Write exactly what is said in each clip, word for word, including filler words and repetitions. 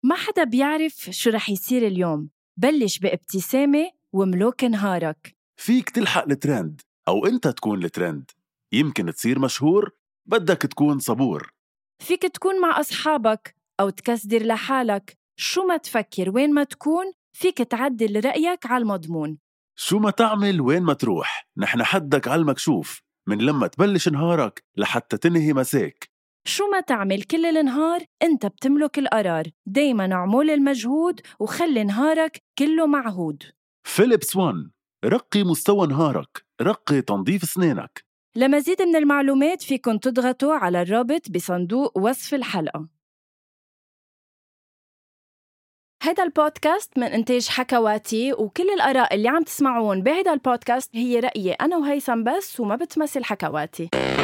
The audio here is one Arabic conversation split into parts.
ما حدا بيعرف شو رح يصير اليوم. بلش بابتسامة وملوك نهارك. فيك تلحق الترند أو أنت تكون الترند. يمكن تصير مشهور، بدك تكون صبور. فيك تكون مع أصحابك أو تكسدر لحالك. شو ما تفكر وين ما تكون، فيك تعدل رأيك على المضمون. شو ما تعمل وين ما تروح، نحن حدك على المكشوف، من لما تبلش نهارك لحتى تنهي مساك. شو ما تعمل كل النهار، انت بتملك القرار. دايما اعمل المجهود وخلي نهارك كله معهود. فيليبس وان، رقي مستوى نهارك، رقي تنظيف سنينك. لمزيد من المعلومات فيكن تضغطوا على الرابط بصندوق وصف الحلقة. هيدا البودكاست من إنتاج حكواتي، وكل الآراء اللي عم تسمعون بهيدا البودكاست هي رأيي أنا وهيثم بس، وما بتمثل حكواتي.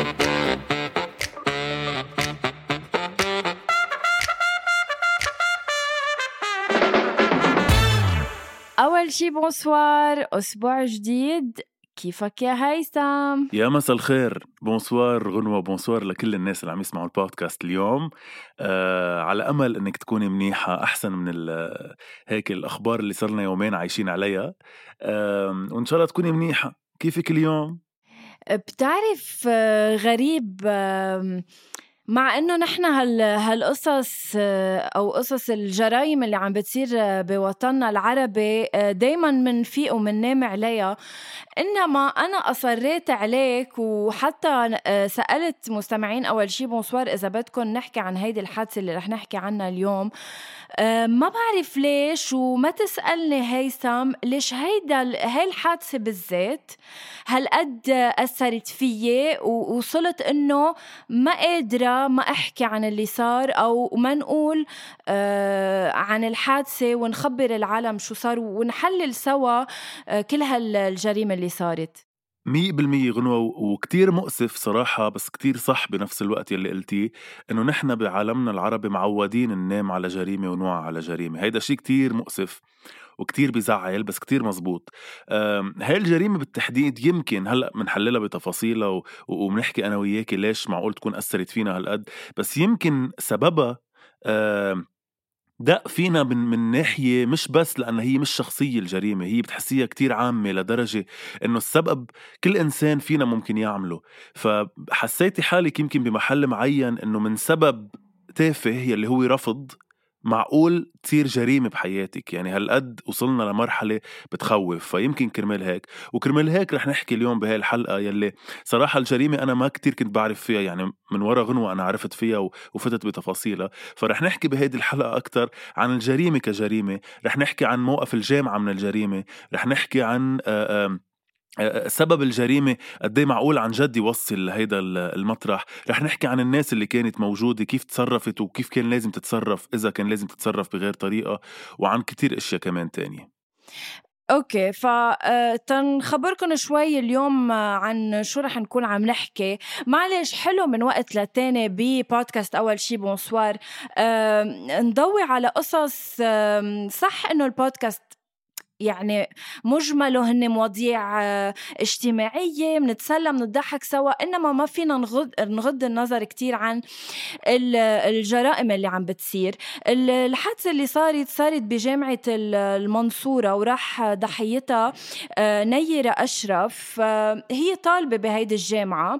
أول شي بونسوار، أسبوع جديد، كيفك يا هيثم؟ يا مساء الخير، بونسوار غنوة، بونسوار لكل الناس اللي عم يسمعوا البودكاست اليوم. آه على أمل أنك تكوني منيحة، أحسن من هيك الأخبار اللي صرنا يومين عايشين عليها. آه وإن شاء الله تكوني منيحة. كيفك اليوم؟ بتعرف غريب، مع انه نحن هال هالقصص او قصص الجرائم اللي عم بتصير بوطننا العربي دايما منفيق ومننام عليها، انما انا اصريت عليك وحتى سألت مستمعين اول شي بونسوار اذا بدكم نحكي عن هيدي الحادثة اللي رح نحكي عنها اليوم. ما بعرف ليش، وما تسألني هيثم ليش هيدا هاي الحادثة بالذات هالقد أثرت فيي، ووصلت إنه ما قادرة ما أحكي عن اللي صار أو ما نقول آه عن الحادثة ونخبر العالم شو صار ونحلل سوا آه كل هالجريمة اللي صارت. مية بالمية غنوة، وكتير مؤسف صراحة، بس كتير صح بنفس الوقت يلي قلتيه، إنه نحن بعالمنا العربي معودين ننام على جريمة ونوع على جريمة. هيدا شيء كتير مؤسف وكتير بيزعل، بس كتير مزبوط. هاي الجريمة بالتحديد يمكن هلأ منحللها بتفاصيلها ومنحكي أنا وياكي ليش معقول تكون أثرت فينا هالقد، بس يمكن سببها دق فينا من, من ناحية مش بس لأن هي مش شخصية الجريمة، هي بتحسيها كتير عامة لدرجة إنه السبب كل إنسان فينا ممكن يعمله. فحسيتي حالك يمكن بمحل معين إنه من سبب تافه يلي هو رفض معقول تصير جريمة بحياتك. يعني هالقد وصلنا لمرحلة بتخوف. فيمكن كرمال هيك وكرمال هيك رح نحكي اليوم بهاي الحلقة يلي صراحة الجريمة أنا ما كتير كنت بعرف فيها، يعني من وراء غنوة أنا عرفت فيها وفتت بتفاصيلها. فرح نحكي بهيدي الحلقة أكتر عن الجريمة كجريمة، رح نحكي عن موقف الجامعة من الجريمة، رح نحكي عن آآ آآ سبب الجريمة قديه معقول عن جد يوصل لهيدا المطرح، رح نحكي عن الناس اللي كانت موجودة كيف تصرفت وكيف كان لازم تتصرف إذا كان لازم تتصرف بغير طريقة، وعن كتير اشياء كمان تانية. اوكي، فتنخبركم شوي اليوم عن شو رح نكون عم نحكي. معلش حلو من وقت لتاني ببودكاست اول شي بونسوار نضوي على قصص. صح انه البودكاست يعني مجمله هن مواضيع اجتماعية، منتسلى منضحك سوا، إنما ما فينا نغض, نغض النظر كتير عن الجرائم اللي عم بتصير. الحادثة اللي صارت صارت بجامعة المنصورة، وراح ضحيتها نيرة أشرف. هي طالبة بهيدي الجامعة،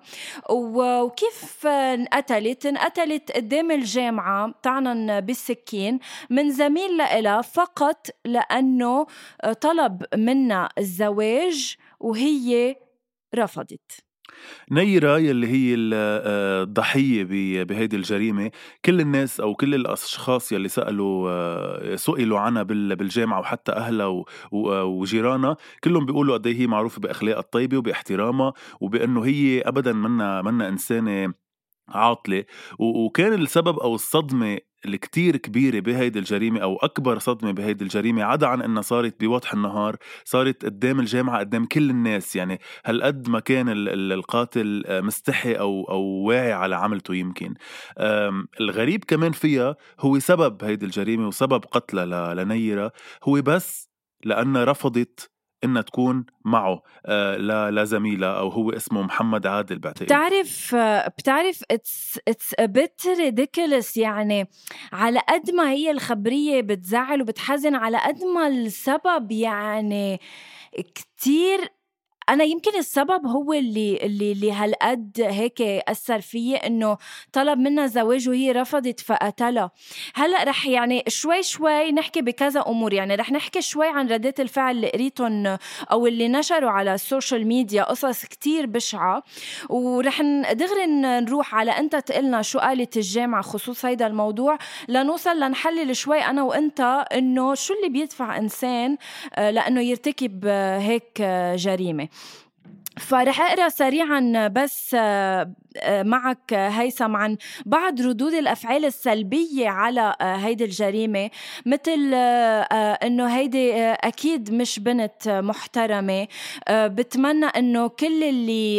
وكيف انقتلت انقتلت قدام الجامعة طعنا بالسكين من زميل لها فقط لأنه طلب منا الزواج وهي رفضت. نيرة يلي هي الضحية بهيدي الجريمة، كل الناس أو كل الأشخاص يلي سألوا سئلوا عنها بالجامعة وحتى أهلها وجيرانها كلهم بيقولوا قد هي معروفة بأخلاقها الطيبة وباحترامها، وبأنه هي أبدا منا منا إنسانة عاطلة. وكان السبب أو الصدمة الكتير كبيرة بهيدي الجريمة أو أكبر صدمة بهيدي الجريمة عدا عن أنها صارت بوضح النهار، صارت قدام الجامعة قدام كل الناس. يعني هالقد ما كان القاتل مستحي أو, أو واعي على عملته. يمكن الغريب كمان فيها هو سبب هيدي الجريمة وسبب قتلها لنيرة هو بس لأنها رفضت إنها تكون معه آه لزميلة أو هو اسمه محمد عادل بعتقد. بتعرف بتعرف it's it's a bit ridiculous. يعني على قد ما هي الخبرية بتزعل وبتحزن، على قد ما السبب يعني كتير. أنا يمكن السبب هو اللي اللي اللي هالقد هيك أثر فيه، إنه طلب منها زواج وهي رفضت فقتلها. هلأ رح يعني شوي شوي نحكي بكذا أمور. يعني رح نحكي شوي عن ردات الفعل اللي قريتهم أو اللي نشروا على السوشيال ميديا، قصص كتير بشعة، ورح دغري نروح على أنت تقلنا شو قالت الجامعة خصوص هيدا الموضوع، لنوصل لنحلل شوي أنا وأنت إنه شو اللي بيدفع إنسان لأنه يرتكب هيك جريمة. فرح أقرأ سريعا بس معك هيثم عن بعض ردود الأفعال السلبية على هيدي الجريمة، مثل أنه هيدي أكيد مش بنت محترمة، بتمنى أنه كل اللي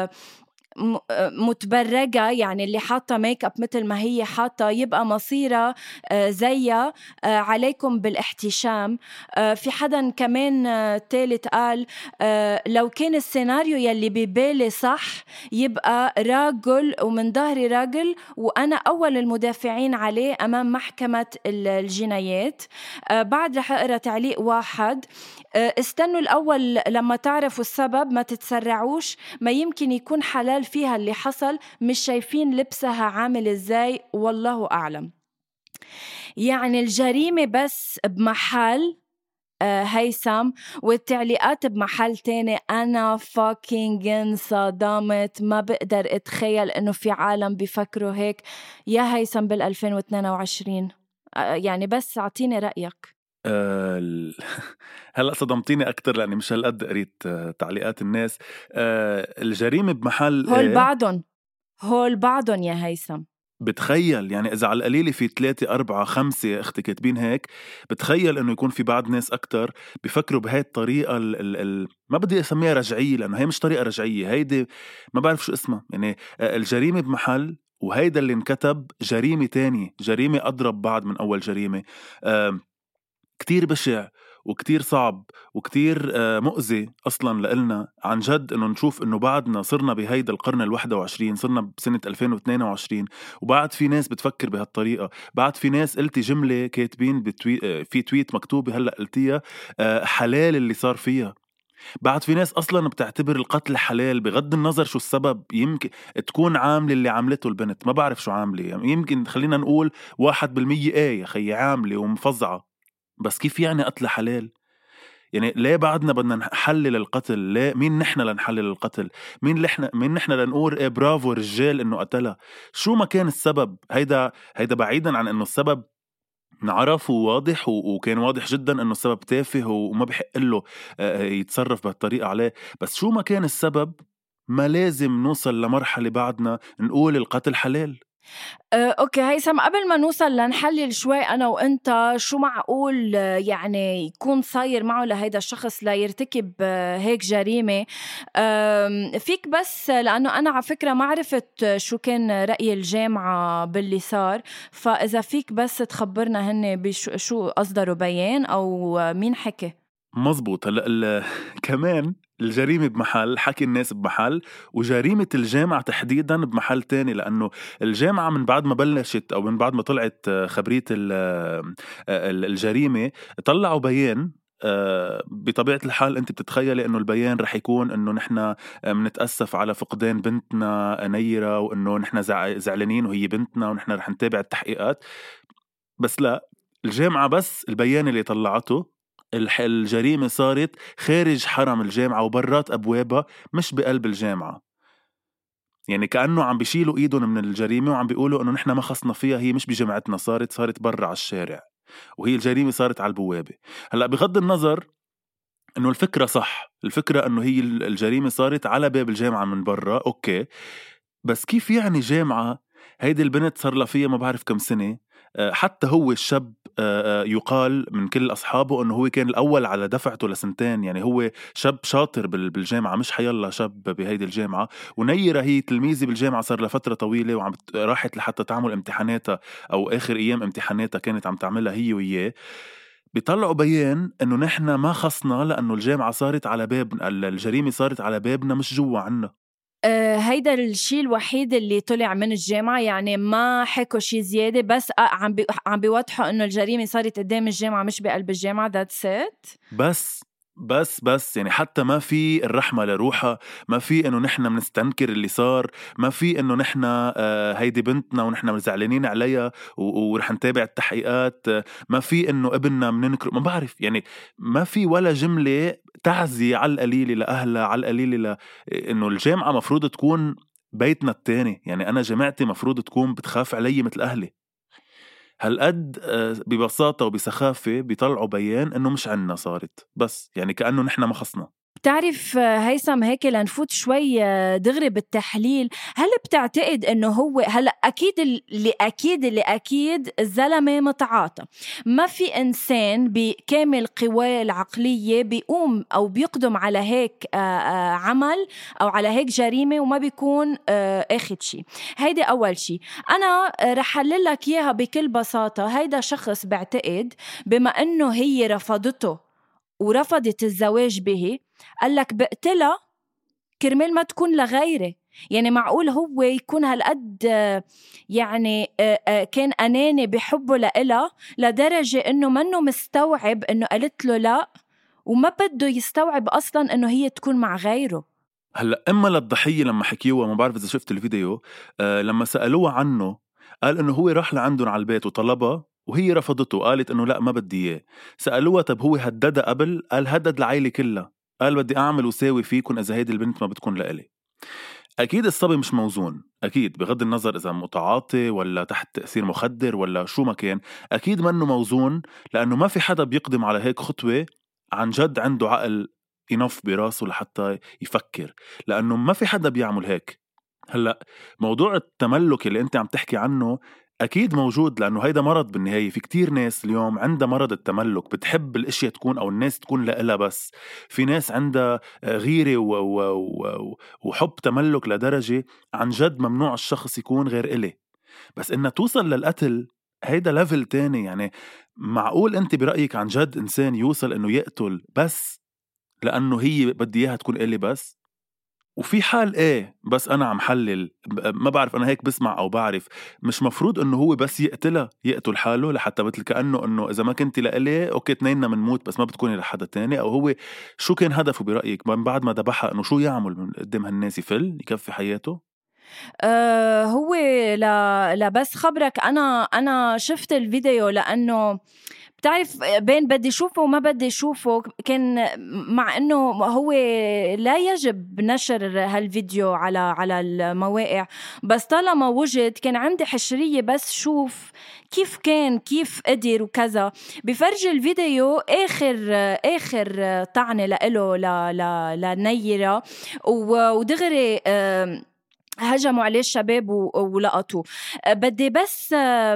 متبرجة، يعني اللي حاطة ميك اب مثل ما هي حاطة، يبقى مصيرها زيها، عليكم بالاحتشام. في حدا كمان تالت قال لو كان السيناريو يلي ببالي صح يبقى راجل ومن ظهري راجل وأنا أول المدافعين عليه أمام محكمة الجنايات. بعد رح أقرأ تعليق واحد: استنوا الأول لما تعرفوا السبب، ما تتسرعوش، ما يمكن يكون حلال فيها اللي حصل، مش شايفين لبسها عامل ازاي، والله أعلم. يعني الجريمة بس بمحل آه هيثم، والتعليقات بمحل تاني. أنا فاكينج انصدمت، ما بقدر اتخيل انه في عالم بيفكروا هيك يا هيثم بالألفين واثنين وعشرين. آه يعني بس اعطيني رأيك. أه هلأ صدمتيني أكتر لأني مش هالقد قريت أه تعليقات الناس. أه الجريمة بمحل هول إيه؟ بعضن هول بعضن يا هيثم. بتخيل يعني إذا على القليلة في ثلاثة أربعة خمسة أختي كاتبين هيك، بتخيل إنه يكون في بعض ناس أكتر بيفكروا بهاي الطريقة ال ال ال ما بدي أسميها رجعية لأنه هي مش طريقة رجعية، هيدي ما بعرف شو اسمها. يعني أه الجريمة بمحل، وهيدا اللي انكتب جريمة تانية، جريمة أضرب بعض من أول جريمة. أه كتير بشع وكتير صعب وكتير مؤذي أصلاً لإلنا عن جد إنه نشوف إنه بعدنا صرنا بهيدا القرن الواحد وعشرين، صرنا بسنة ألفين واثنين وعشرين وبعد في ناس بتفكر بهالطريقة. بعد في ناس قلتي جملة كاتبين بتوي... في تويت مكتوبة هلأ قلتيها حلال اللي صار فيها. بعد في ناس أصلاً بتعتبر القتل حلال بغض النظر شو السبب. يمكن تكون عاملة اللي عملته البنت، ما بعرف شو عاملة، يعني يمكن خلينا نقول واحد بالمية ايه يا خي عاملة ومفظعة، بس كيف يعني قتل حلال؟ يعني ليه بعدنا بدنا نحلل القتل؟ ليه مين نحن لنحلل القتل؟ مين لحنا مين نحن لنقول إيه برافو رجال إنه قتلها؟ شو ما كان السبب، هيدا هيدا بعيدا عن إنه السبب نعرف وواضح وكان واضح جدا إنه السبب تافه وما بحق له يتصرف بهالطريقة عليه، بس شو ما كان السبب ما لازم نوصل لمرحلة بعدنا نقول القتل حلال. أه، أوكي هيثم، قبل ما نوصل لنحلل شوي أنا وإنت شو معقول يعني يكون صاير معه لهيدا الشخص لا يرتكب هيك جريمة، فيك بس لأنه أنا على فكرة ما عرفت شو كان رأي الجامعة باللي صار، فإذا فيك بس تخبرنا هن بشو شو أصدروا بيان أو مين حكي. مزبوط. هلأ كمان الجريمة بمحل، حكي الناس بمحل، وجريمة الجامعة تحديدا بمحل تاني، لأنه الجامعة من بعد ما بلشت أو من بعد ما طلعت خبرية الجريمة طلعوا بيان. بطبيعة الحال أنت بتتخيلي أنه البيان رح يكون أنه نحن منتأسف على فقدان بنتنا نيرة وأنه نحن زعلانين وهي بنتنا ونحن رح نتابع التحقيقات، بس لا، الجامعة بس البيان اللي طلعته الجريمة صارت خارج حرم الجامعة وبرات أبوابها، مش بقلب الجامعة. يعني كأنه عم بيشيلوا إيدهم من الجريمة وعم بيقولوا أنه نحن ما خصنا فيها، هي مش بجامعتنا، صارت صارت برا على الشارع، وهي الجريمة صارت على البوابة. هلأ بغض النظر أنه الفكرة صح، الفكرة أنه هي الجريمة صارت على باب الجامعة من برا، أوكي، بس كيف يعني جامعة هيدي البنت صار لها فيها ما بعرف كم سنة، حتى هو الشاب يقال من كل أصحابه أنه هو كان الأول على دفعته لسنتين، يعني هو شاب شاطر بالجامعة، مش حيالله شاب بهيدي الجامعة. ونيرة هي تلميذة بالجامعة صار لفترة طويلة وعم راحت لحتى تعمل امتحاناتها أو آخر أيام امتحاناتها كانت عم تعملها هي وياه. بيطلعوا بيان انه نحن ما خصنا لانه الجامعه صارت على بابنا، الجريمه صارت على بابنا مش جوا عنا. أه هيدا الشيء الوحيد اللي طلع من الجامعة، يعني ما حكوا شيء زيادة، بس أه عم بي عم بيوضحوا إنه الجريمة صارت قدام الجامعة مش بقلب الجامعة. that's it. بس بس بس يعني حتى ما في الرحمة لروحها، ما في انه نحن منستنكر اللي صار، ما في انه نحن آه هيدي بنتنا ونحن زعلانين عليها ورح نتابع التحقيقات، آه ما في انه ابننا مننكر، ما بعرف يعني ما في ولا جملة تعزي على القليلة لأهلها، على القليلة ل... انه الجامعة مفروض تكون بيتنا التاني. يعني انا جامعتي مفروض تكون بتخاف علي مثل اهلي. هالقد ببساطة وبسخافة بيطلعوا بيان إنه مش عنا صارت، بس يعني كأنه نحن ما خصنا. بتعرف هيثم، هيك لنفوت شوي دغري بالتحليل، هل بتعتقد انه هو هلا اكيد اللي اكيد اللي اكيد الزلمه متعاطى، ما في انسان بكامل قواه العقليه بيقوم او بيقدم على هيك عمل او على هيك جريمه وما بيكون اخذ شيء. هيدا اول شيء. انا رح احلل لك اياها بكل بساطه. هيدا شخص بعتقد بما انه هي رفضته ورفضت الزواج به، قال لك بقتلها كرمال ما تكون لغيره. يعني معقول هو يكون هالقد يعني كان أناني بحبه لإلها لدرجة إنه منه مستوعب إنه قالت له لا، وما بده يستوعب أصلاً إنه هي تكون مع غيره. هلأ إما للضحية لما حكيوها، ما بعرف إذا شفت الفيديو، آه لما سألوها عنه قال إنه هو راح لعندهم على البيت وطلبها وهي رفضته، قالت إنه لا ما بدي إياه. سألوها طب هو هددها قبل؟ قال هدد العائلة كلها، قال بدي أعمل وساوي فيكن إذا هيدي البنت ما بتكون لإلي. أكيد الصبي مش موزون، أكيد بغض النظر إذا متعاطي ولا تحت تأثير مخدر ولا شو ما كان، أكيد منه موزون، لأنه ما في حدا بيقدم على هيك خطوة عن جد عنده عقل ينف براسه لحتى يفكر، لأنه ما في حدا بيعمل هيك. هلأ موضوع التملك اللي أنت عم تحكي عنه أكيد موجود، لأنه هيدا مرض بالنهاية. في كتير ناس اليوم عندها مرض التملك، بتحب الاشياء تكون أو الناس تكون لإلها بس. في ناس عندها غيرة و... و... و... وحب تملك لدرجة عن جد ممنوع الشخص يكون غير إلي. بس إنها توصل للقتل هيدا ليفل تاني. يعني معقول أنت برأيك عن جد إنسان يوصل إنه يقتل بس لأنه هي بدي إياها تكون إلي بس؟ وفي حال ايه بس انا عم حلل، ما بعرف انا هيك بسمع او بعرف، مش مفروض انه هو بس يقتلها يقتل حاله لحتى مثل كأنه انه اذا ما كنتي لإلي اوكي اثنيننا منموت بس ما بتكوني لحدا تاني؟ او هو شو كان هدفه برأيك من بعد ما ذبحها؟ انه شو يعمل من قدام هالناس؟ يفل يكفي حياته؟ أه هو لا لا بس خبرك، انا انا شفت الفيديو لانه بتعرف بين بدي شوفه وما بدي شوفه. كان مع انه هو لا يجب نشر هالفيديو على على المواقع، بس طالما وجد كان عندي حشرية بس شوف كيف كان كيف قدر وكذا. بفرج الفيديو آخر آخر طعنة لإله لنيرة ودغري هجموا عليه الشباب ولقطوا. بدي بس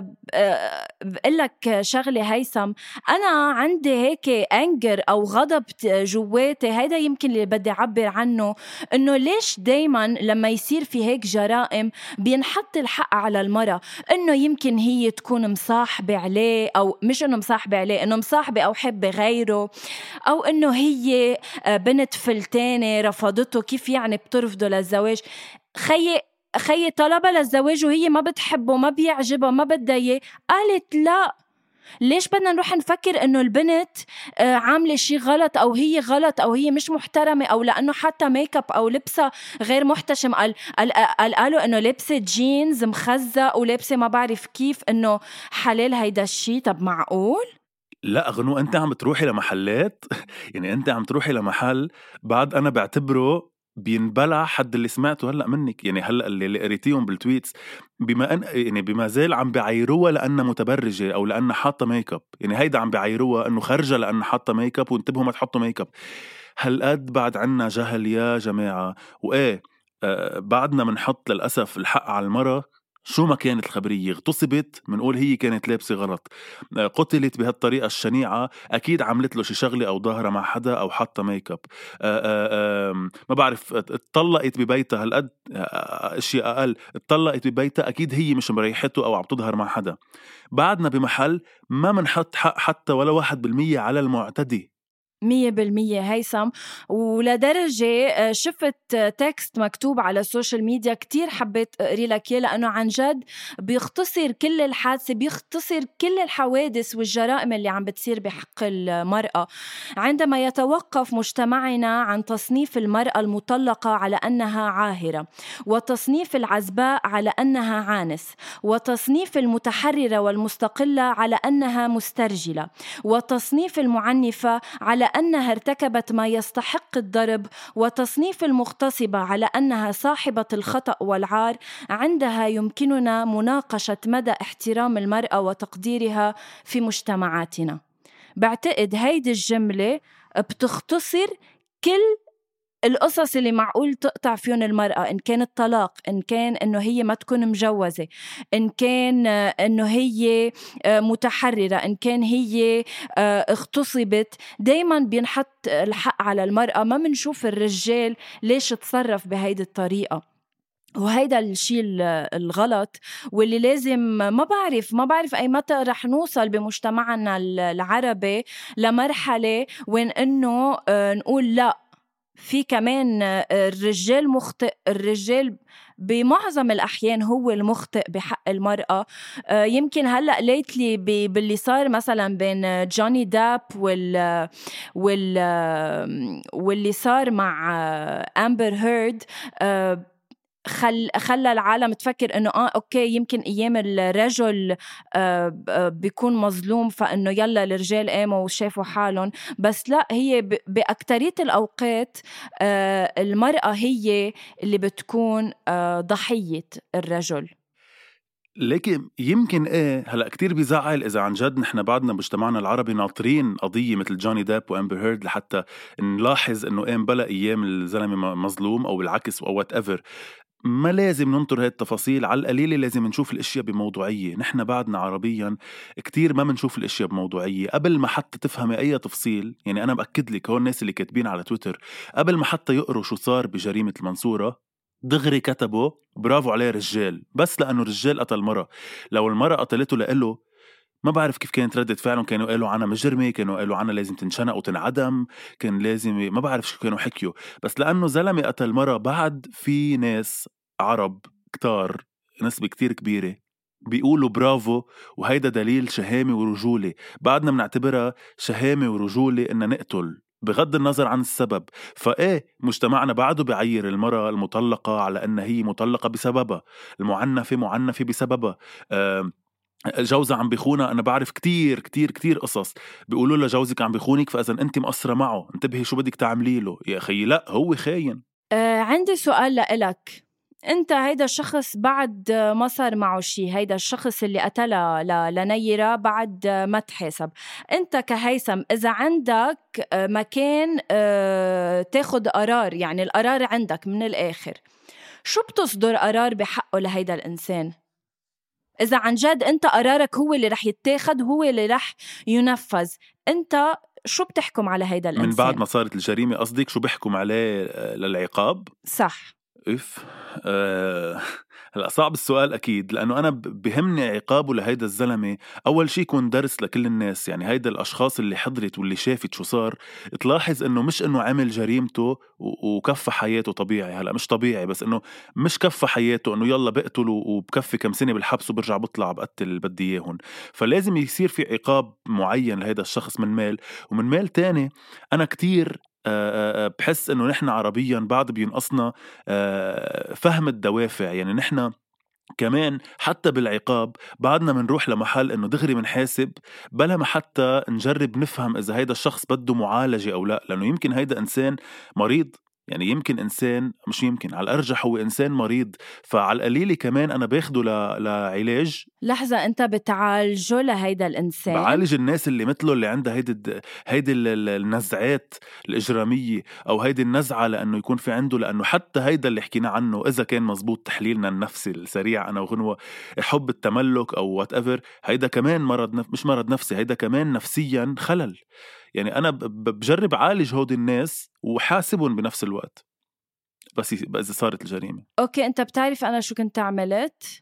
بقول لك شغله هيثم، انا عندي هيك انجر او غضب جواتي، هيدا يمكن اللي بدي اعبر عنه، انه ليش دايما لما يصير في هيك جرائم بينحط الحق على المرأة، انه يمكن هي تكون مصاحبة عليه، او مش انه مصاحبة عليه، انه مصاحبة او حبة غيره، او انه هي بنت فلتانة رفضته، كيف يعني بترفضه للزواج؟ خي خي طلبها للزواج وهي ما بتحبه ما بيعجبها ما بدها اياه، قالت لا. ليش بدنا نروح نفكر انه البنت عامله شيء غلط او هي غلط او هي مش محترمه او لانه حتى ميك اب او لبسه غير محتشم؟ قال قال قالوا انه لبسه جينز مخزق ولبسه ما بعرف كيف، انه حلال هيدا الشيء؟ طب معقول؟ لا غنو انت عم تروحي لمحلات يعني انت عم تروحي لمحل بعد انا بعتبره بينبلع حد اللي سمعته هلا منك. يعني هلا اللي قريتيهم بالتويتس بما ان يعني بما زال عم بيعيروها لانها متبرجه او لانها حاطه ميك اب، يعني هيدا عم بيعيروها انه خرجه لانها حاطه ميك اب، وانتبهوا ما تحطوا ميك اب. هالقد بعد عنا جهل يا جماعه. وايه آه بعدنا منحط للاسف الحق على المرأة شو ما كانت الخبرية، اغتصبت منقول هي كانت لابسة غلط، قتلت بهالطريقة الشنيعة، أكيد عملت له شي شغلة أو ظاهرة مع حدا أو حاطة ميك اب، ما بعرف، اتطلقت ببيتها هالقد اشياء أقل، اتطلقت ببيتها أكيد هي مش مريحته أو عم تظهر مع حدا. بعدنا بمحل ما منحط حق حتى ولا واحد بالمية على المعتدي. مية بالمية هيثم، ولدرجة شفت تكست مكتوب على السوشيال ميديا كتير حبيت أقري لك إياه، لأنه عن جد بيختصر كل الحادثة، بيختصر كل الحوادث والجرائم اللي عم بتصير بحق المرأة. عندما يتوقف مجتمعنا عن تصنيف المرأة المطلقة على أنها عاهرة، وتصنيف العزباء على أنها عانس، وتصنيف المتحررة والمستقلة على أنها مسترجلة، وتصنيف المعنفة على أنها ارتكبت ما يستحق الضرب، وتصنيف المغتصبة على أنها صاحبة الخطأ والعار، عندها يمكننا مناقشة مدى احترام المرأة وتقديرها في مجتمعاتنا. بعتقد هيدي الجملة بتختصر كل القصص اللي معقول تقطع فيهم المرأة، إن كان الطلاق، إن كان إنه هي ما تكون مجوزة، إن كان إنه هي متحررة، إن كان هي اغتصبت. دايما بينحط الحق على المرأة، ما منشوف الرجال ليش تصرف بهيدي الطريقة. وهيدا الشيء الغلط واللي لازم، ما بعرف ما بعرف أي متى رح نوصل بمجتمعنا العربي لمرحلة وين إنه نقول لا، في كمان الرجال مخطئ. الرجال بمعظم الأحيان هو المخطئ بحق المرأة. يمكن هلأ ليتلي باللي صار مثلا بين جوني داب وال وال واللي صار مع أمبر هيرد خل خلى العالم تفكر انه اه اوكي يمكن ايام الرجل آه بيكون مظلوم، فانه يلا الرجال قاموا وشافوا حالهم. بس لا، هي باكترية الاوقات آه المرأة هي اللي بتكون آه ضحية الرجل. لكن يمكن ايه هلا كتير بيزعل اذا عن جد نحن بعدنا مجتمعنا العربي ناطرين قضيه مثل جوني داب وامبر هيرد لحتى نلاحظ انه ايه بلا ايام الزلمه مظلوم او العكس او وات ايفر. ما لازم ننطر هاي التفاصيل، على القليلة لازم نشوف الاشياء بموضوعية. نحن بعدنا عربيا كتير ما منشوف الاشياء بموضوعية. قبل ما حتى تفهمي اي تفصيل، يعني انا بأكد لك هون الناس اللي كاتبين على تويتر قبل ما حتى يقروا شو صار بجريمة المنصورة دغري كتبوا برافو عليه رجال، بس لأنه رجال قتل مرة. لو المرة قتلته لإله ما بعرف كيف كانت ردة فعلهم، كانوا قالوا عنها مجرمة، كانوا قالوا عنها لازم تنشنق وتنعدم، كان لازم ما بعرف شو كانوا حكيوا. بس لأنه زلمة قتل مرة، بعد في ناس عرب كتار، نسبة كتير كبيرة، بيقولوا برافو، وهيدا دليل شهامة ورجولة. بعدنا منعتبرها شهامة ورجولة إن نقتل بغض النظر عن السبب. فإيه مجتمعنا بعده بعير المرأة المطلقة على أنها هي مطلقة بسببها، المعنفة معنفة بسببها، أه جوزها عم بيخونها. أنا بعرف كتير كتير كتير قصص بيقولوا له جوزك عم بيخونك، فإذا أنت مقصرة معه انتبهي شو بدك تعملي له. يا أخي لا، هو خاين. آه عندي سؤال لإلك. انت هيدا الشخص بعد ما صار معه شي، هيدا الشخص اللي قتلها لنيرة بعد ما تحاسب، انت كهيثم اذا عندك مكان اه تاخد قرار، يعني القرار عندك من الاخر، شو بتصدر قرار بحقه لهيدا الانسان؟ اذا عن جد انت قرارك هو اللي رح يتاخد، هو اللي رح ينفذ، انت شو بتحكم على هيدا الانسان من بعد ما صارت الجريمة؟ قصدك شو بيحكم عليه للعقاب؟ صح. اف أه... هلا صعب السؤال اكيد، لانه انا بهمني عقابه لهيدا الزلمه. اول شيء يكون درس لكل الناس، يعني هيدا الاشخاص اللي حضرت واللي شافت شو صار تلاحظ انه مش انه عمل جريمته وكفى حياته طبيعي. هلا مش طبيعي، بس انه مش كفى حياته انه يلا بقتل وبكفي كم سنه بالحبس وبرجع بطلع بقتل بدي اياهم. فلازم يصير في عقاب معين لهيدا الشخص من مال. ومن مال تاني انا كتير بحس انه نحن عربيا بعد بينقصنا فهم الدوافع. يعني نحن كمان حتى بالعقاب بعدنا منروح لمحل انه دغري منحاسب بلا ما حتى نجرب نفهم اذا هيدا الشخص بده معالجة او لا، لانه يمكن هيدا انسان مريض، يعني يمكن إنسان، مش يمكن، على الأرجح هو إنسان مريض، فعلى القليلة كمان أنا باخده ل... لعلاج. لحظة، أنت بتعالجه لهيدا الإنسان؟ بعالج الناس اللي مثله اللي عندها هيدي الد... هيدي النزعات الإجرامية أو هيدي النزعة لأنه يكون في عنده، لأنه حتى هيدا اللي حكينا عنه إذا كان مزبوط تحليلنا النفسي السريع أنا وغنوة، حب التملك أو whatever، هيدا كمان مرض نف... مش مرض نفسي، هيدا كمان نفسيا خلل. يعني أنا بجرب عالج هودي الناس وحاسبهم بنفس الوقت بس إذا صارت الجريمة. أوكي، أنت بتعرف أنا شو كنت عملت؟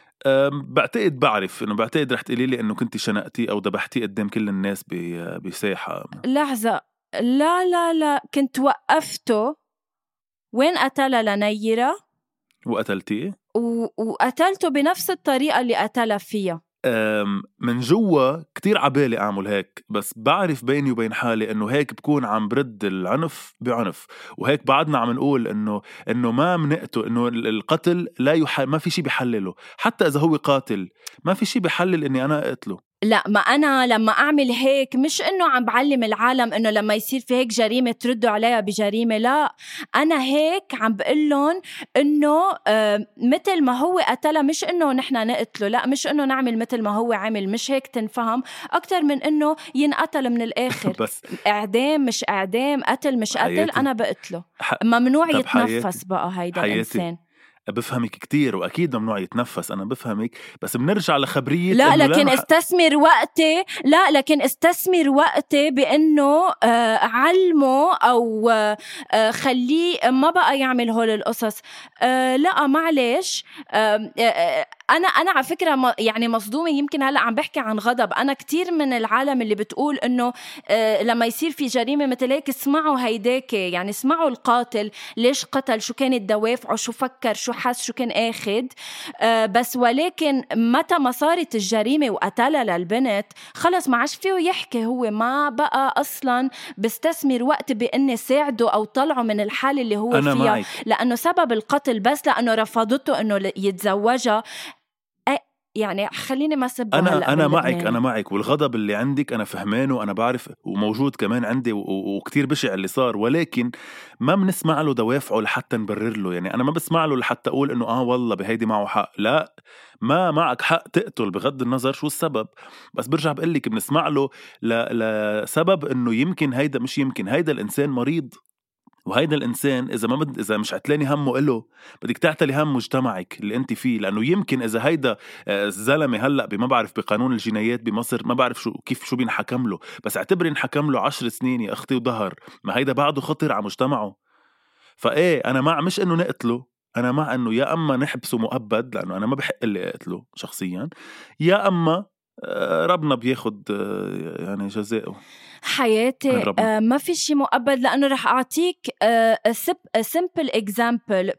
بعتقد بعرف إنه بعتقد رح تقولي لي إنه كنتي شنقتي أو دبحتي قدام كل الناس بساحة. لحظة، لا لا لا، كنت وقفته وين قتلها لنيرة وقتلتيه و... وقتلته بنفس الطريقة اللي قتلها فيها. من جوا كتير عبالي أعمل هيك، بس بعرف بيني وبين حالي إنه هيك بكون عم برد العنف بعنف، وهيك بعدنا عم نقول إنه إنه ما منقته، إنه القتل لا يح... ما في شي بيحلله، حتى إذا هو قاتل ما في شي بيحلل إني أنا أقتله. لا، ما أنا لما أعمل هيك مش إنه عم بعلم العالم إنه لما يصير في هيك جريمة تردوا عليها بجريمة، لا، أنا هيك عم بقلن إنه آه مثل ما هو قتلها، مش إنه نحن نقتله، لا، مش إنه نعمل مثل ما هو عمل، مش هيك تنفهم، أكتر من إنه ينقتل من الآخر. بس إعدام مش إعدام، قتل مش قتل، حياتي. أنا بقتله. ح... ممنوع طب يتنفس حياتي. بقى هيدا حياتي. الإنسان. بفهمك كتير وأكيد ممنوع يتنفس، أنا بفهمك، بس بنرجع لخبرية. لا لكن لا استثمر وقتي لا لكن استثمر وقتي بأنه آه علمه أو آه خليه ما بقى يعمل هول القصص. آه لا معلش، آه آه أنا أنا على فكرة يعني مصدومة، يمكن هلأ عم بحكي عن غضب. أنا كتير من العالم اللي بتقول إنه آه لما يصير في جريمة مثل هيك اسمعوا هيداك، يعني اسمعوا القاتل ليش قتل، شو كانت دوافعه، شو فكر، شو حس، شو كان آخد. آه بس ولكن متى ما صارت الجريمة وقتلها للبنت خلص ما عاش فيه يحكي، هو ما بقى أصلا بستثمر وقت بإني ساعده أو طلعه من الحالة اللي هو أنا فيها معك. لأنه سبب القتل بس لأنه رفضته إنه يتزوجها. يعني خليني ما سبه أنا هلأ أنا معك أنا معك والغضب اللي عندك أنا فهمانه وأنا بعرف وموجود كمان عندي وكتير بشع اللي صار، ولكن ما بنسمع له دوافعه لحتى نبرر له. يعني أنا ما بسمع له لحتى أقول إنه آه والله بهيدي معه حق، لا، ما معك حق تقتل بغض النظر شو السبب، بس برجع بقلك بنسمع له لسبب إنه يمكن هيدا، مش يمكن هيدا الإنسان مريض، وهيدا الإنسان إذا ما بد إذا مش عتلاني همه إله بدك تعتلي هم مجتمعك اللي أنت فيه، لأنه يمكن إذا هيدا الزلمة هلأ بما بعرف بقانون الجنايات بمصر ما بعرف شو كيف شو بينحكم له، بس اعتبري انحكم له عشر سنين يا أختي وظهر، ما هيدا بعده خطر على مجتمعه. فإيه أنا مع مش إنه نقتله، أنا مع إنه يا أما نحبسه مؤبد لأنه أنا ما بحق اللي أقتله شخصيا، يا أما ربنا بياخد يعني جزاءه. حياتي آه ما في شيء مؤبد، لأنه رح أعطيك آه simple example.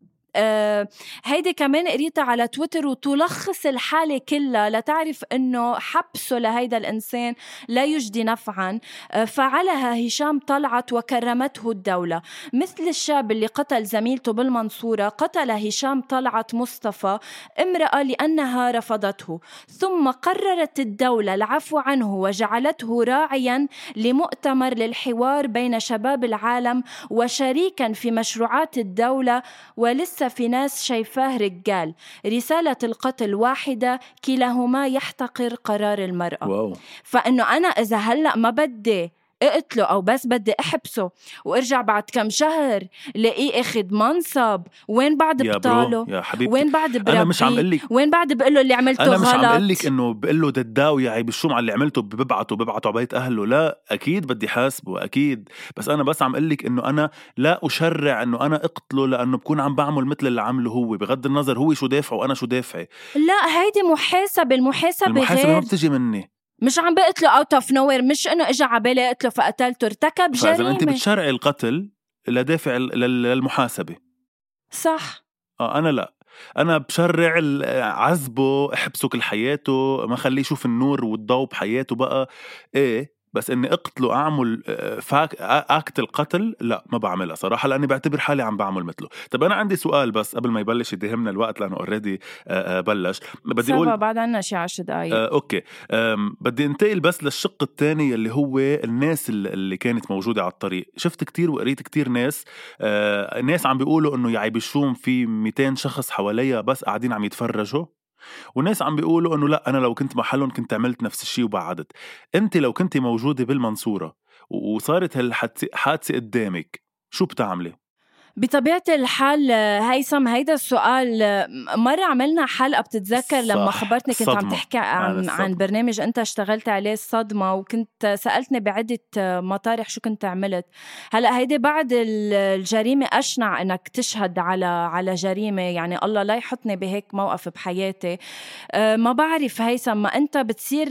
آه هيدي كمان قريتها على تويتر وتلخص الحالة كلها لتعرف أنه حبسه لهيدا الإنسان لا يجدي نفعا. آه فعلها هشام طلعت وكرمته الدولة، مثل الشاب اللي قتل زميلته بالمنصورة قتل هشام طلعت مصطفى امرأة لأنها رفضته، ثم قررت الدولة العفو عنه وجعلته راعيا لمؤتمر للحوار بين شباب العالم وشريكا في مشروعات الدولة، ولسه في ناس شايفاه رجال. رسالة القتل واحدة، كلاهما يحتقر قرار المرأة. واو. فإنه أنا إذا هلأ ما بدي اقتله أو بس بدي أحبسه وارجع بعد كم شهر لقيه اخد منصب، وين بعد بطاله؟ يا حبيبتي وين بعد بربيه؟ أنا مش عم قلك، وين بعد بقله اللي عملته أنا غلط؟ أنا مش عم قلك إنه بقله دداو يا عيب الشوم على اللي عملته ببعته ببعته عبيت أهله، لا أكيد بدي حاسبه أكيد، بس أنا بس عم قلك إنه أنا لا أشرع إنه أنا أقتله لأنه بكون عم بعمل مثل اللي عمله هو، بغض النظر هو شو دافعه وأنا شو دافعي. لا هيدي محاسبة، المحاسبة المحاسبة غير، ما بتجي مني، مش عم بقتله out of nowhere، مش إنه إجا عبالي قتله فقتلته، ارتكب جريمة. فإذا أنت بتشرعي القتل لدافع للمحاسبة صح. آه أنا لا، أنا بشرع عذبه، احبسه كل حياته، ما خليه يشوف النور والضوء بحياته بقى. إيه بس اني اقتله اعمل فاك اكت القتل لا ما بعملها صراحه، لاني بعتبر حالي عم بعمل مثله. طب انا عندي سؤال بس قبل ما يبلش يدهمنا الوقت لانه اوريدي بلش، بدي اقول بعد عنا شي عشر دقايق. آه، اوكي بدي انتقل بس للشق الثاني اللي هو الناس اللي كانت موجوده على الطريق. شفت كتير وقريت كتير ناس آه، ناس عم بيقولوا انه يعي بشوم في مئتين شخص حواليا بس قاعدين عم يتفرجوا، وناس عم بيقولوا انه لا انا لو كنت محلهم كنت عملت نفس الشيء وبعدت. انت لو كنت موجوده بالمنصوره وصارت هالحادثه قدامك شو بتعملي؟ بطبيعة الحال هيثم هيدا السؤال مرة عملنا حلقة بتتذكر لما خبرتني كنت عم تحكي عن, عن برنامج أنت اشتغلت عليه الصدمة، وكنت سألتني بعدة مطارح شو كنت عملت. هلأ هيدي بعد الجريمة أشنع أنك تشهد على على جريمة، يعني الله لا يحطني بهيك موقف بحياتي. ما بعرف هيثم، ما أنت بتصير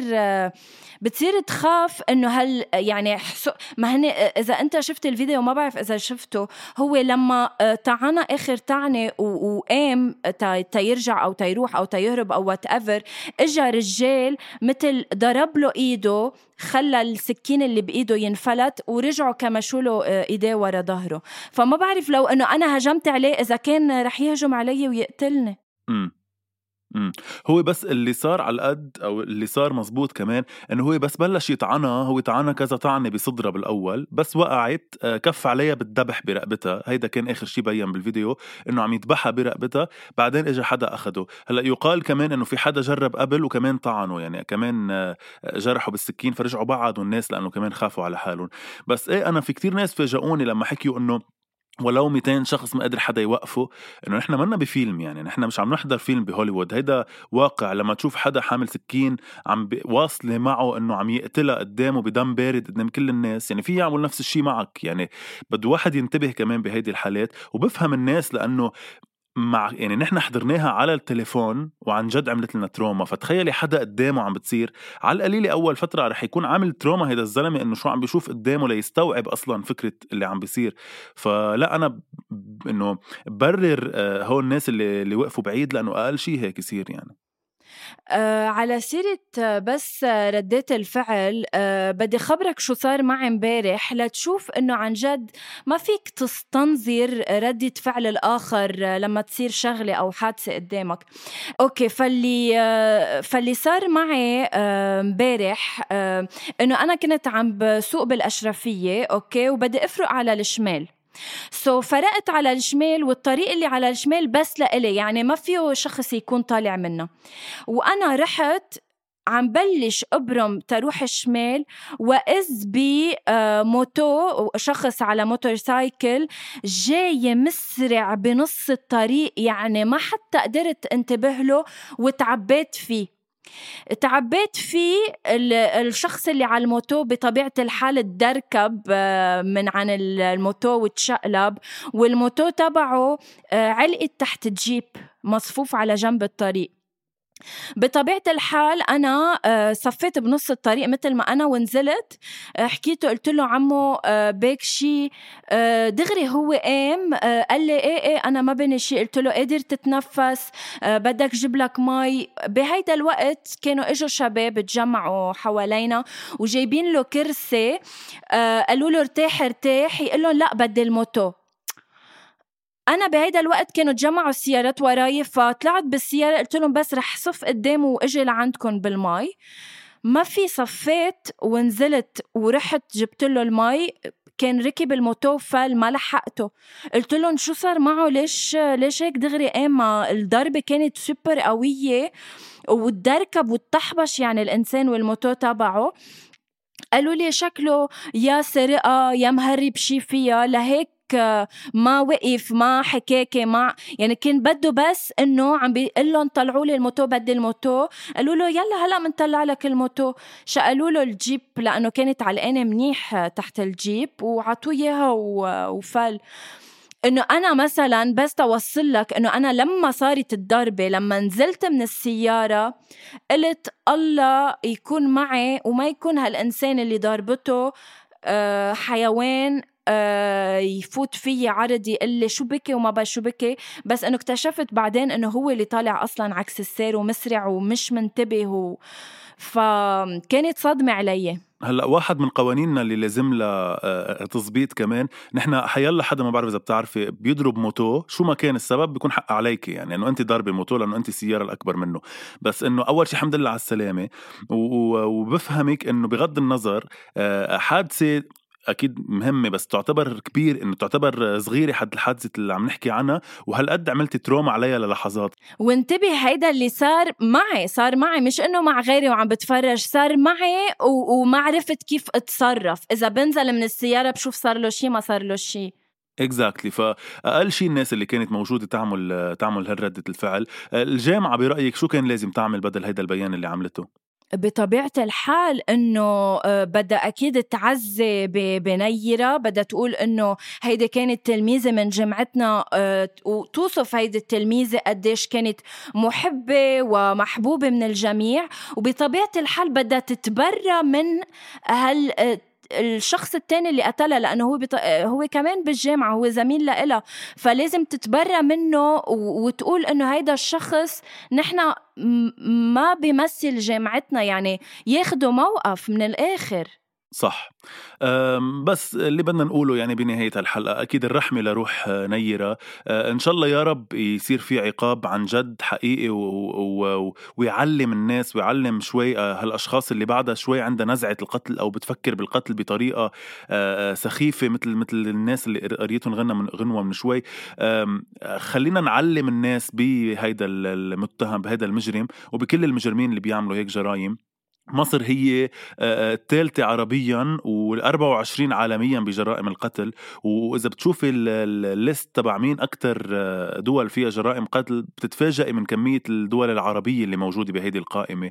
بتصير تخاف انه هل يعني ما هني اذا انت شفت الفيديو ما بعرف اذا شفته، هو لما طعنا اخر طعنه وقام تيرجع او تيروح او تيهرب او وات ايفر، اجى رجال مثل ضرب له ايده خلى السكين اللي بايده ينفلت ورجعوا كمشوا له ايديه ورا ظهره. فما بعرف لو انه انا هجمت عليه اذا كان رح يهجم علي ويقتلني. امم مم. هو بس اللي صار على القد او اللي صار مزبوط كمان انه هو بس بلش يطعنها، هو طعنها كذا طعنه بصدرها بالاول، بس وقعت كف عليها بالذبح برقبتها. هيدا كان اخر شيء بين بالفيديو انه عم يذبحها برقبتها، بعدين اجى حدا اخده. هلا يقال كمان انه في حدا جرب قبل وكمان طعنه، يعني كمان جرحوا بالسكين فرجعوا بعضوا الناس لانه كمان خافوا على حالهم. بس ايه انا في كتير ناس فاجئوني لما حكيوا انه ولو مئتين شخص ما قدر حدا يوقفه، انه نحن منا بفيلم، يعني نحن مش عم نحضر فيلم بهوليوود، هيدا واقع. لما تشوف حدا حامل سكين عم واصله معه انه عم يقتلها قدامه بدم بارد قدام كل الناس، يعني في يعمل نفس الشيء معك. يعني بده واحد ينتبه كمان بهيدي الحالات وبفهم الناس، لانه مع يعني نحن حضرناها على التليفون وعن جد عملت لنا تروما. فتخيلي حدا قدامه عم بتصير، على القليلة أول فترة رح يكون عامل تروما هيدا الزلمة إنه شو عم بيشوف قدامه ليستوعب أصلا فكرة اللي عم بيصير. فلا أنا ب... إنه برر آه هو الناس اللي, اللي وقفوا بعيد، لأنه أقل شيء هيك يصير. يعني آه على سيرة بس ردات الفعل، آه بدي خبرك شو صار معي امبارح لتشوف انه عن جد ما فيك تستنظر ردة فعل الآخر لما تصير شغلة او حادثة قدامك. اوكي، فاللي آه فاللي صار معي امبارح آه آه انه انا كنت عم بسوق بالاشرفية، اوكي، وبدي افرق على الشمال. سو so, فرقت على الشمال، والطريق اللي على الشمال بس لإلي، يعني ما فيه شخص يكون طالع منه. وأنا رحت عم بلش أبرم تروح الشمال، وإذ بي موتو شخص على موتورسايكل جاي مسرع بنص الطريق، يعني ما حتى قدرت انتبه له وتعبيت فيه تعبيت فيه الشخص اللي على الموتو بطبيعة الحال تدركب من عن الموتو وتشقلب، والموتو تبعه علقت تحت جيب مصفوف على جنب الطريق. بطبيعة الحال أنا صفيت بنص الطريق مثل ما أنا ونزلت، حكيته قلت له عمو بيك شي دغري. هو قام قال لي إيه إيه أنا ما بني شي. قلت له قادر تتنفس؟ بدك جيب لك مي؟ بهيدا الوقت كانوا إجوا شباب تجمعوا حوالينا وجايبين له كرسي، قالوا له ارتاح ارتاح، يقول لهم لا بدي الموتو. أنا بهيدا الوقت كانوا تجمعوا السيارات وراي، فطلعت بالسيارة قلت لهم بس رح صف قدامه وأجي لعندكم بالماء. ما في، صفيت ونزلت ورحت جبت له الماء. كان ركب الموتو فال ما لحقته. قلت لهم شو صار معه؟ ليش ليش هيك دغري قام؟ الضربة كانت سوبر قوية والدركب والتحبش يعني الإنسان والموتو تبعه. قالوا لي شكله يا سرقة يا مهرب شي فيها، لهيك ما وقف ما حكاكي ما يعني كان بده بس انه عم بيقول لهم طلعوا لي الموتو بدي الموتو. قالوا له يلا هلا منطلع لك الموتو. شقلوا له الجيب لانه كانت علقانه منيح تحت الجيب وعطوه اياها وفل. انه انا مثلا بس توصل لك انه انا لما صارت الضربه لما نزلت من السياره قلت الله يكون معي وما يكون هالانسان اللي ضربته حيوان آه يفوت فيه عرض يقول لي شو بكي وما بقى شو بكي. بس انه اكتشفت بعدين انه هو اللي طالع اصلا عكس السير ومسرع ومش منتبه و... فكانت صدمة علي. هلا واحد من قوانيننا اللي لازم لها تظبيط كمان، نحن حيلا حدا ما بعرف اذا بتعرفي بيضرب موتو شو ما كان السبب بيكون حق عليك، يعني انه انت ضاربه موتو لانه انت السياره الاكبر منه. بس انه اول شيء الحمد لله على السلامه، وبفهمك انه بغض النظر حادثه أكيد مهمة بس تعتبر كبير إنه تعتبر صغيرة حد الحادثة اللي عم نحكي عنها، وهالقد عملت تروما عليها للحظات. وانتبه هيدا اللي صار معي صار معي مش إنه مع غيري وعم بتفرج، صار معي و... وما عرفت كيف اتصرف. إذا بنزل من السيارة بشوف صار له شي ما صار له شي. exactly. فأقل شيء الناس اللي كانت موجودة تعمل تعمل هالردة الفعل. الجامعة برأيك شو كان لازم تعمل بدل هيدا البيان اللي عملته؟ بطبيعة الحال إنه بدها أكيد تعزي بنيرة، بدها تقول إنه هيدي كانت تلميذة من جامعتنا، وتوصف هيدي التلميذة قديش كانت محبة ومحبوبة من الجميع. وبطبيعة الحال بدها تتبرى من هال الشخص التاني اللي قتلها، لأنه هو بط... هو كمان بالجامعة، هو زميل لإلها، فلازم تتبرى منه وتقول إنه هيدا الشخص نحن ما بيمثل جامعتنا، يعني ياخدوا موقف من الآخر. صح. بس اللي بدنا نقوله يعني بنهاية الحلقة أكيد الرحمة لروح نيرة. إن شاء الله يا رب يصير في عقاب عن جد حقيقي و... و... ويعلم الناس ويعلم شوي هالأشخاص اللي بعدها شوي عندها نزعة القتل أو بتفكر بالقتل بطريقة سخيفة مثل مثل الناس اللي قريتهم غنى من غنوة من شوي. خلينا نعلم الناس بهيدا المتهم بهيدا المجرم وبكل المجرمين اللي بيعملوا هيك جرائم. مصر هي الثالثة عربيا والأربعة وعشرين عالميا بجرائم القتل، وإذا بتشوفي الليست تبع مين أكتر دول فيها جرائم قتل بتتفاجئي من كمية الدول العربية اللي موجودة بهذه القائمة.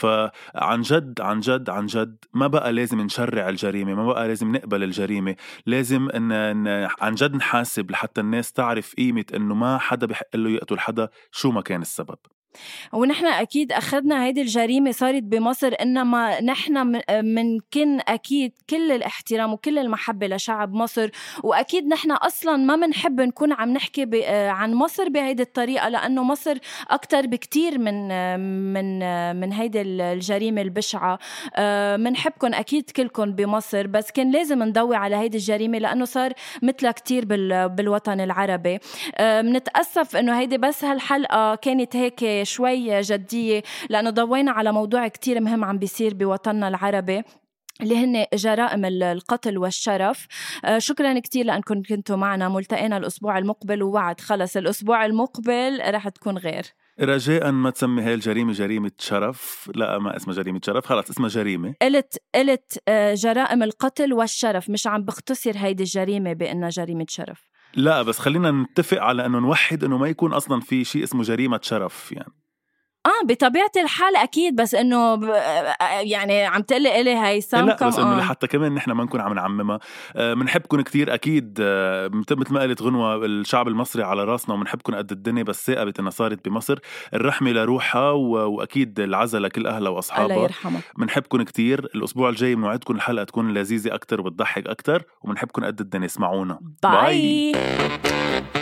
فعن جد عن جد عن جد ما بقى لازم نشرع الجريمة، ما بقى لازم نقبل الجريمة، لازم إن عن جد نحاسب لحتى الناس تعرف قيمة إنه ما حدا بحق له يقتل حدا شو ما كان السبب. ونحن أكيد أخذنا هيدي الجريمة صارت بمصر، إنما نحن منكن أكيد كل الاحترام وكل المحبة لشعب مصر، وأكيد نحن أصلا ما منحب نكون عم نحكي عن مصر بهيدي الطريقة، لأنه مصر أكتر بكتير من من من هيدي الجريمة البشعة. منحبكن أكيد كلكن بمصر، بس كان لازم نضوي على هيدي الجريمة لأنه صار مثلها كتير بالوطن العربي. منتأسف إنه هيدي بس هالحلقة كانت هيك شوي جدية، لأنه ضوينا على موضوع كتير مهم عم بيصير بوطننا العربي اللي هن جرائم القتل والشرف. شكرا كتير لأنكم كنتوا معنا. ملتقينا الأسبوع المقبل، ووعد خلص الأسبوع المقبل رح تكون غير. رجاءً ما تسمي هاي الجريمة جريمة شرف، لا ما اسمها جريمة شرف، خلاص اسمها جريمة. قلت قلت جرائم القتل والشرف، مش عم بختصر هيدي الجريمة بأنها جريمة شرف. لا بس خلينا نتفق على أنه نوحد أنه ما يكون أصلاً في شيء اسمه جريمة شرف يعني. اه بطبيعة الحال أكيد، بس إنه ب... يعني عم تقلي إلي هاي سام لا بس إنه آه. لحتى كمان نحن ما نكون عم نعممها. بنحبكم آه كتير أكيد، آه مثل ما قالت غنوة الشعب المصري على راسنا وبنحبكم قد الدنيا، بس ثاقبت إنها صارت بمصر. الرحمة لروحها و... وأكيد العزة لكل أهلها وأصحابها. الله يرحمك. بنحبكم كتير. الأسبوع الجاي بنوعدكم الحلقة تكون لذيذة أكتر وبتضحك أكتر، وبنحبكم قد الدنيا. اسمعونا. باي, باي.